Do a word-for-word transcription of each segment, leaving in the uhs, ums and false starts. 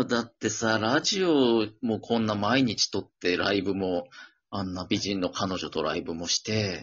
よ。だってさ、ラジオもこんな毎日撮ってライブも、あんな美人の彼女とライブもして、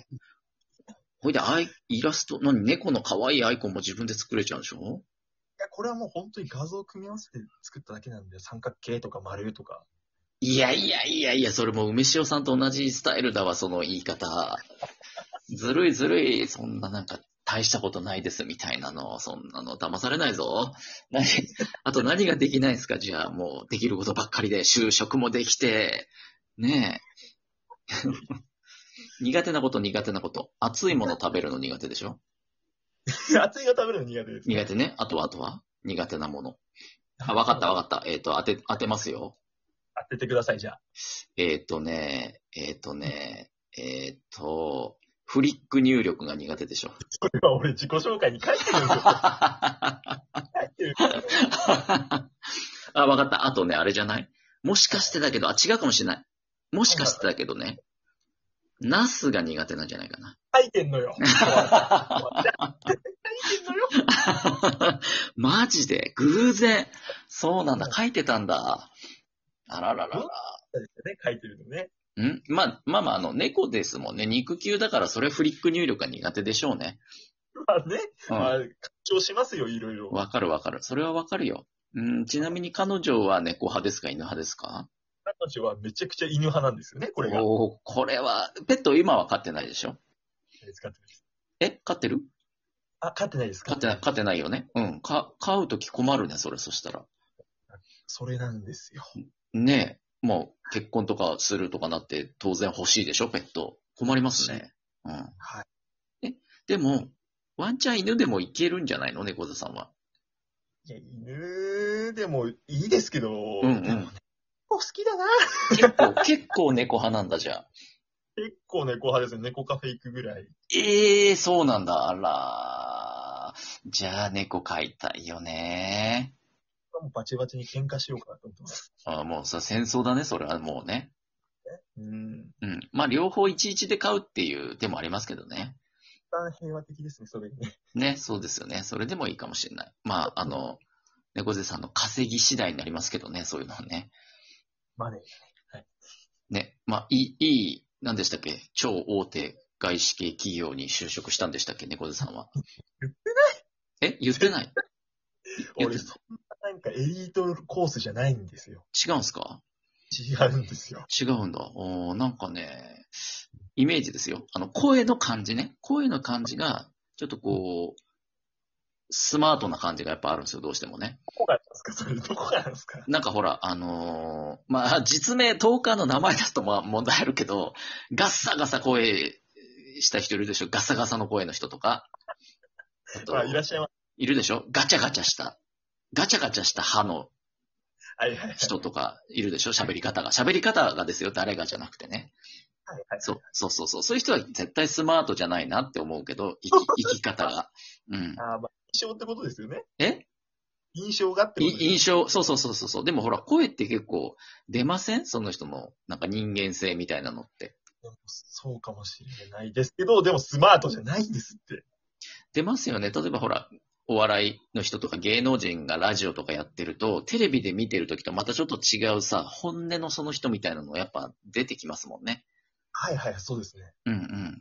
ほいでアイ、イラスト、何、猫の可愛いアイコンも自分で作れちゃうんでしょ？ いや、これはもう本当に画像を組み合わせて作っただけなんで、三角形とか丸とか。 いやいやいやいや、それも梅塩さんと同じスタイルだわ、その言い方。ずるいずるい、そんななんか大したことないですみたいなの、そんなの騙されないぞ。何、あと何ができないんですか？じゃあもうできることばっかりで、就職もできて、ねえ。苦手なこと苦手なこと。熱いもの食べるの苦手でしょ？ 熱いが食べるの苦手です、ね。 苦手ね。あとはあとは苦手なもの。あ、わかったわかった。えっ、と、当て、当てますよ。 当ててください、じゃあ。 えっ、とね、えっ、とね、えっ、と、フリック入力が苦手でしょ。 それは俺自己紹介に書いてるんですよ。書いてる。 あ、わかった。あとね、あれじゃない？もしかしてだけど、あ、違うかもしれない。もしかしてだけどね、ナスが苦手なんじゃないかな。 書いてんのよ。書いてんのよ。 マジで偶然。そうなんだ。書いてたんだ。あらららら。 ですよね、書いてるのね。 んまあ、まあまあ、あの、猫ですもんね。肉球だから、それフリック入力が苦手でしょうね。 まあね、 うん。 まあ、拡張しますよ、いろいろ。 わかるわかる。それはわかるよ。うん、ちなみに彼女は猫派ですか、犬派ですか？ 彼女はめちゃくちゃ犬派なんですよね、これが。 おー、これは、ペット今は飼ってないでしょ？ 使ってないです。 え、飼ってる？ あ、飼ってないです、 飼ってない、飼ってないよね。うん。か、飼うとき困るね、それ、そしたら。 それなんですよ。 ねえ。もう、結婚とかするとかなって、当然欲しいでしょ、ペット。困りますね。うん。 はい。 え、でも、ワンちゃん犬でもいけるんじゃないの、猫背さんは。 いや、犬でもいいですけど、 うんうん。 でもね、猫好きだな。 結構、結構猫派なんだ、じゃあ。 結構猫派ですね。猫カフェ行くぐらい。 ええー、そうなんだ。あらー。じゃあ、猫飼いたいよね。 もうバチバチに喧嘩しようかなと思ってます。 あ、もうさ、戦争だね、それはもうね。 うん。 うん。まあ、両方いちいちで飼うっていう手もありますけどね。 一番平和的ですね、それにね。 ね、そうですよね。それでもいいかもしれない。まあ、あの、猫背さんの稼ぎ次第になりますけどね、そういうのはね。 マネー。 ね、まあ、いい、いい、何でしたっけ？超大手外資系企業に就職したんでしたっけ、猫背さんは。 言ってえ、言ってない？言って俺、そんななんかエリートコースじゃないんですよ。 違うんすか？ 違うんですよ。 違うんだ。おー、なんかね、イメージですよ。あの、声の感じね。声の感じが、ちょっとこう、スマートな感じがやっぱあるんですよ、どうしてもね。 どこがなんですかそれ、どこがなんですか？ なんかほら、あのーまあ、実名、トーカーの名前だとまあ問題あるけど、ガッサガサ声した人いるでしょ？ガッサガサの声の人とか。あと、 まあ、いらっしゃいます。 いるでしょ？ガチャガチャした、ガチャガチャした歯のはいはいはい。 人とかいるでしょ？喋り方が。喋り方がですよ、誰がじゃなくてね。 はいはい。 そう、そうそうそう。そういう人は絶対スマートじゃないなって思うけど、生き、生き方が。うん。 あまあ、印象ってことですよね。 え印象がってことですよね。 い印象、そうそうそうそうそう。でもほら、声って結構出ません？その人の、なんか人間性みたいなのって。 でもそうかもしれないですけど、でもスマートじゃないんですって。 出ますよね。例えばほら、お笑いの人とか芸能人がラジオとかやってると、テレビで見てるときとまたちょっと違うさ、本音のその人みたいなのやっぱ出てきますもんね。 はいはい、そうですね。 うんうん。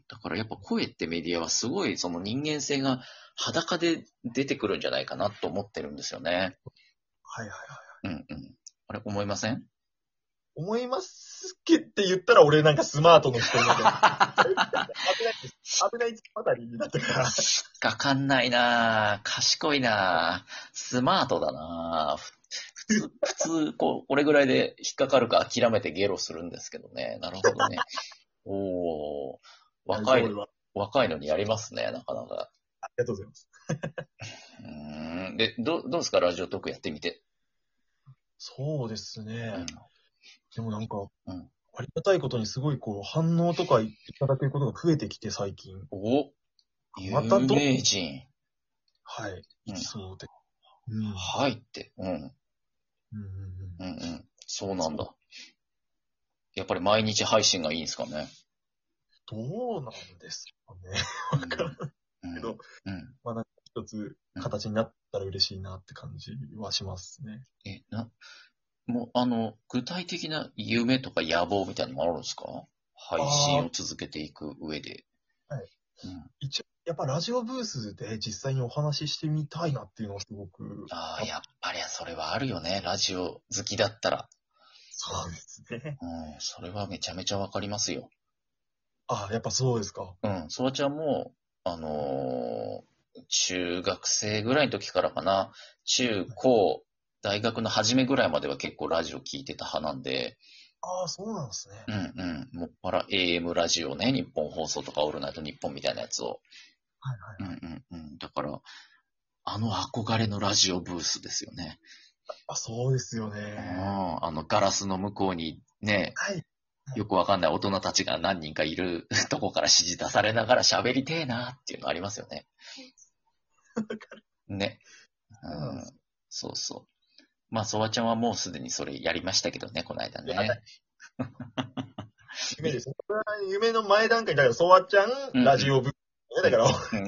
だからやっぱ声ってメディアはすごいその人間性が裸で出てくるんじゃないかなと思ってるんですよね。 はいはいはい。 うんうん。あれ思いません？ 思いますけって言ったら俺なんかスマートの人になって危ないです。危ないあたりになったから。 引っかかんないなぁ。賢いなぁ。スマートだなぁ。普通、普通、こう、これぐらいで引っかかるか諦めてゲロするんですけどね。なるほどね。おー、若い、若いのにやりますね、なかなか。 ありがとうございます。 うーん。で、ど、どうですか、ラジオトークやってみて。 そうですね。 うん。 でもなんか、 うん。 ありがたいことにすごいこう反応とかいただけることが増えてきて最近。 お、有またど、 名人。 はい。 うんいきそうで。うん。 はいって。うん。 うんうんうん。 うんうん。そうなんだ。やっぱり毎日配信がいいんですかね。 どうなんですかね。 うんわからないうんけど、 うん。 まあなんか一つ形になったら嬉しいなって感じはしますね。 え、な、 もう、あの、具体的な夢とか野望みたいなのもあるんですか？配信を続けていく上で。 はい。 うん、 一応、やっぱラジオブースで実際にお話ししてみたいなっていうのはすごく、 ああ、やっぱりそれはあるよね。ラジオ好きだったら。 そうですね。 うん、それはめちゃめちゃわかりますよ。 ああ、やっぱそうですか。 うん、そらちゃんも、あのー中学生ぐらいの時からかな。中高、大学の初めぐらいまでは結構ラジオ聞いてた派なんで、 ああ、そうなんですね。 うんうん、もっぱら エーエム ラジオね、日本放送とかオールナイトニッポンみたいなやつを。 はいはいはい。 うんうんうん。だから、あの憧れのラジオブースですよね。 あ、そうですようん、 ね。 あのガラスの向こうにね、 はい。 よくわかんない大人たちが何人かいるとこから指示出されながら喋りてえなっていうのありますよね。ね。うそうなんです。 ん、そうそう。まあ、ソワちゃんはもうすでにそれやりましたけどね、この間いや、だね。 夢です。これは夢の前段階だから、ソワちゃん、 うんうんラジオ部、ね、だから、 うん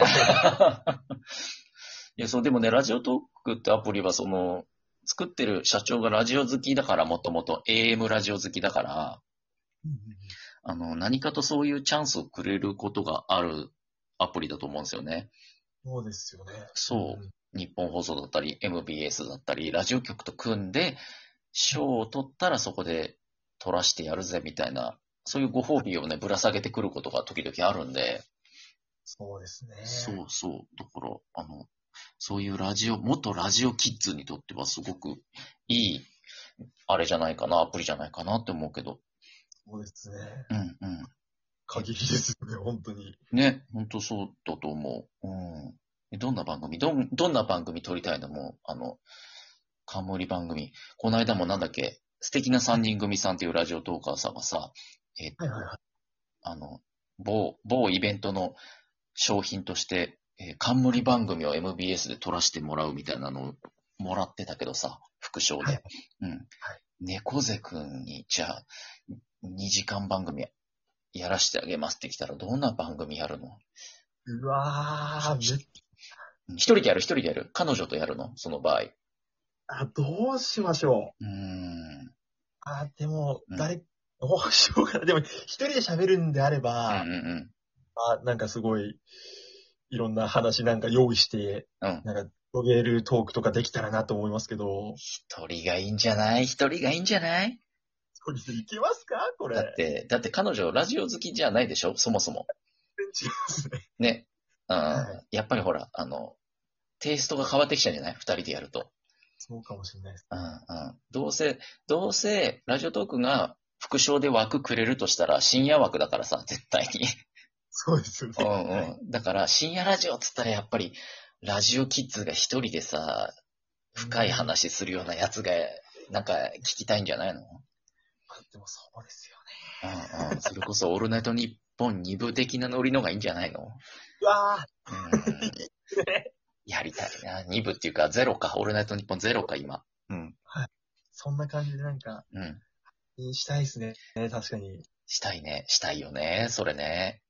いや、そう、でもね、ラジオトークってアプリは、その、作ってる社長がラジオ好きだから、もともと エーエム ラジオ好きだから、 うんうんあの、何かとそういうチャンスをくれることがあるアプリだと思うんですよね。 そうですよね。 そう。日本放送だったり、エムビーエス だったり、ラジオ局と組んで、賞を取ったらそこで取らしてやるぜみたいな、そういうご褒美をね、ぶら下げてくることが時々あるんで、 そうですね。 そうそう。だから、あの、そういうラジオ、元ラジオキッズにとってはすごくいい、あれじゃないかな、アプリじゃないかなって思うけど。 そうですね。 うんうん。 限りですよね、本当に。 ね、ほんとそうだと思う。うん。えどんな番組どん、どんな番組撮りたいのも、あの、冠番組。この間もなんだっけ、素敵な三人組さんっていうラジオトーカーさんがさ、えっと、 はいはいはい。 あの、某、某イベントの商品として、えー冠番組を エムビーエス で撮らせてもらうみたいなのをもらってたけどさ、副賞はいで。うん。 はい。 猫背くんに、じゃあ、にじかん番組やらしてあげますって来たら、どんな番組やるの？ うわー、めっち一人でやる、一人でやる。彼女とやるのその場合。 ゃ、どうしましょう。 うーん。 あ、でも、 うん。 誰、どうしようかな。でも、一人で喋るんであれうんば、 うんあ、なんかすごい、いろんな話なんか用意して、 うん。うん。 なんか、広げるトークとかできたらなと思いますけど、 一人がいいんじゃない？一人がいいんじゃない？ 一人でいけますかこれ。 だって、だって彼女ラジオ好きじゃないでしょそもそも。 全然違いますね。 ね。うん。 はい。 やっぱりほら、あの、テイストが変わってきちゃうんじゃない？二人でやると。 そうかもしれないですうんね。 うん。どうせ、どうせ、ラジオトークが副賞で枠くれるとしたら深夜枠だからさ、絶対に。 そうですよね。 うんはい。 うん。だから、深夜ラジオっつったらやっぱり、ラジオキッズが一人でさ、深いうん。 話するようなやつが、なんか聞きたいんじゃないの？ あ、でもそうですようんうん。それこそ、オールナイトニッポン二部的なノリのがいいんじゃないの？ ね。うわうー、いいん。 ですね。 やりたいな。二部っていうか、ゼロか。オールナイトニッポンゼロか、今。うん。 はい。そんな感じでなんか、 うん。 したいですね。確かに。 したいね。したいよね。それね。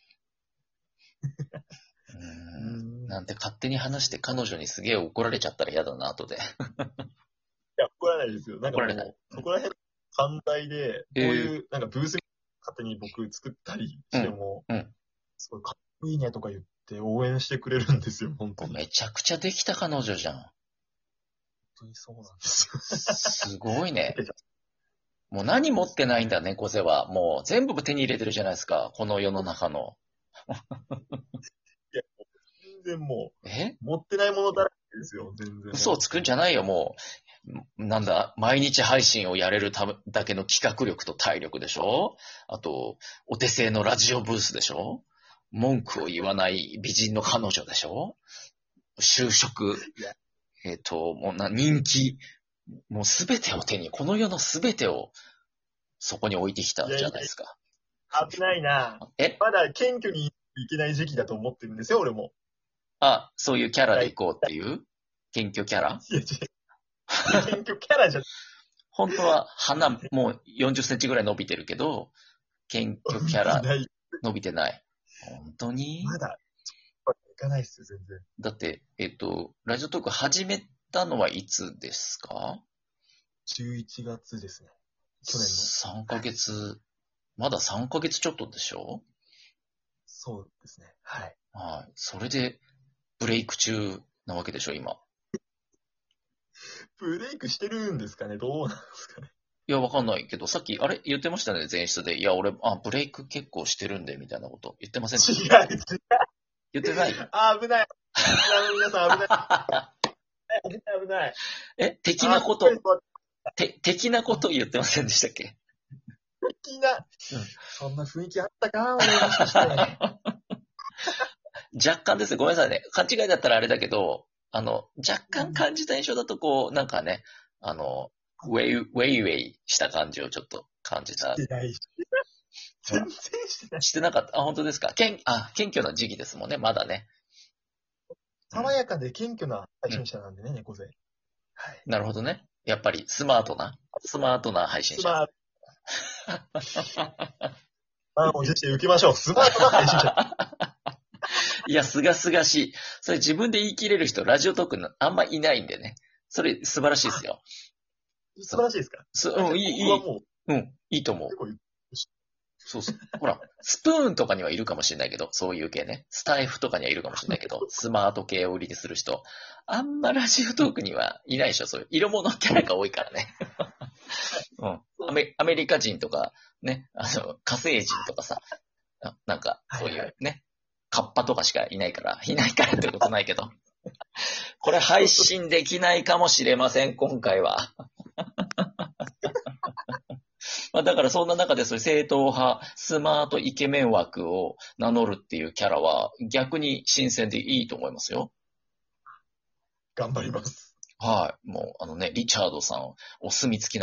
ううん。 ん。いなんて勝手に話して彼女にすげえ怒られちゃったら嫌だな、後で。 や、怒らないですよ。なんか怒られない。 もう、 うん。 そこら辺、寛大で、 えー、 こういう、なんかブース勝手に僕作ったりうん。 しても、 うん。 すごいかっこいいねとか言って応援してくれるんですよ、本当に。本めちゃくちゃできた彼女じゃん。 当にそうなんですよ。 すごいね。 だけじゃもう何持ってないんだ、猫背は。もう全部手に入れてるじゃないですか。この世の中の。 いや、全然もえう、持ってないものだらけですよ、全然。 嘘をつくんじゃないよ、もう。なんだ、毎日配信をやれるためだけの企画力と体力でしょ？あと、お手製のラジオブースでしょ？文句を言わない美人の彼女でしょ？就職、 いや、 えっ、と、もうな、人気、もうすべてを手に、この世のすべてをそこに置いてきたじいやいや、 ゃないですか。 危ないな。 えまだ謙虚にいけない時期だと思ってるんですよ、俺も。 あ、そういうキャラではい。 行こうっていう謙虚キャラ？ いや、違う。謙虚キャラじゃ本当は鼻もうよんじゅっセンチぐらい伸びてるけど、謙虚キャラない。 伸びてない。本当に？ まだ、いかないっすよ、全然。 だって、えっと、ラジオトーク始めたのはいつですか？ じゅういちがつですね。去年の。 さんかげつ、まださんかげつちょっとでしょ？ そうですね。はい。 はい。それで、ブレイク中なわけでしょ、今。 ブレイクしてるんですかね？どうなんですかね？ いや、わかんないけど、さっき、あれ言ってましたね、前室で。いや、俺、あ、ブレイク結構してるんで、みたいなこと言ってませんでし違た？ う、違う。 言ってない？ あ、危ない。いや、皆さん危ない。危ない、危ない。 え、的あ、 なこと、 すっかりそうて、的なこと言ってませんでしたっけ？ 的な、 うん。 そんな雰囲気あったか俺もしかして。 若干です。ごめんなさいね。勘違いだったらあれだけど、あの、若干うん感じた印象だと、こう、なんかね、あの、ウェイ、ウェイウェイした感じをちょっと感じた。 してないし。全然してない。 してなかった。あ、本当ですか。けん、あ、謙虚な時期ですもんね、まだね。うん爽やかで謙虚な配信者なんでね、猫背。はい。 なるほどね。やっぱりスマートな、スマートな配信者。 スマート。満を持して受けましょう。スマートな配信者。 いや、すがすがしい。それ自分で言い切れる人、ラジオトークのあんまいないんでね。それ素晴らしいですよ。 素晴らしいですか？ すうん、いい、いい。 僕はもう、 うん、いいと思う。 結構言う、 そうそう。ほら、スプーンとかにはいるかもしれないけど、そういう系ね。スタイフとかにはいるかもしれないけど、スマート系を売りにする人。あんまラジオトークにはいないでしょ。そういう色物キャラが多いからね。うん。アメ、アメリカ人とか、ね、あの、火星人とかさ、ななんか、そういうね、カッパとかしかいないから、いないからってことないけど。これ配信できないかもしれません、今回は。まあだからそんな中でそういう正統派、スマートイケメン枠を名乗るっていうキャラは逆に新鮮でいいと思いますよ。 頑張ります。 はい。もうあのね、リチャードさん、お墨付きな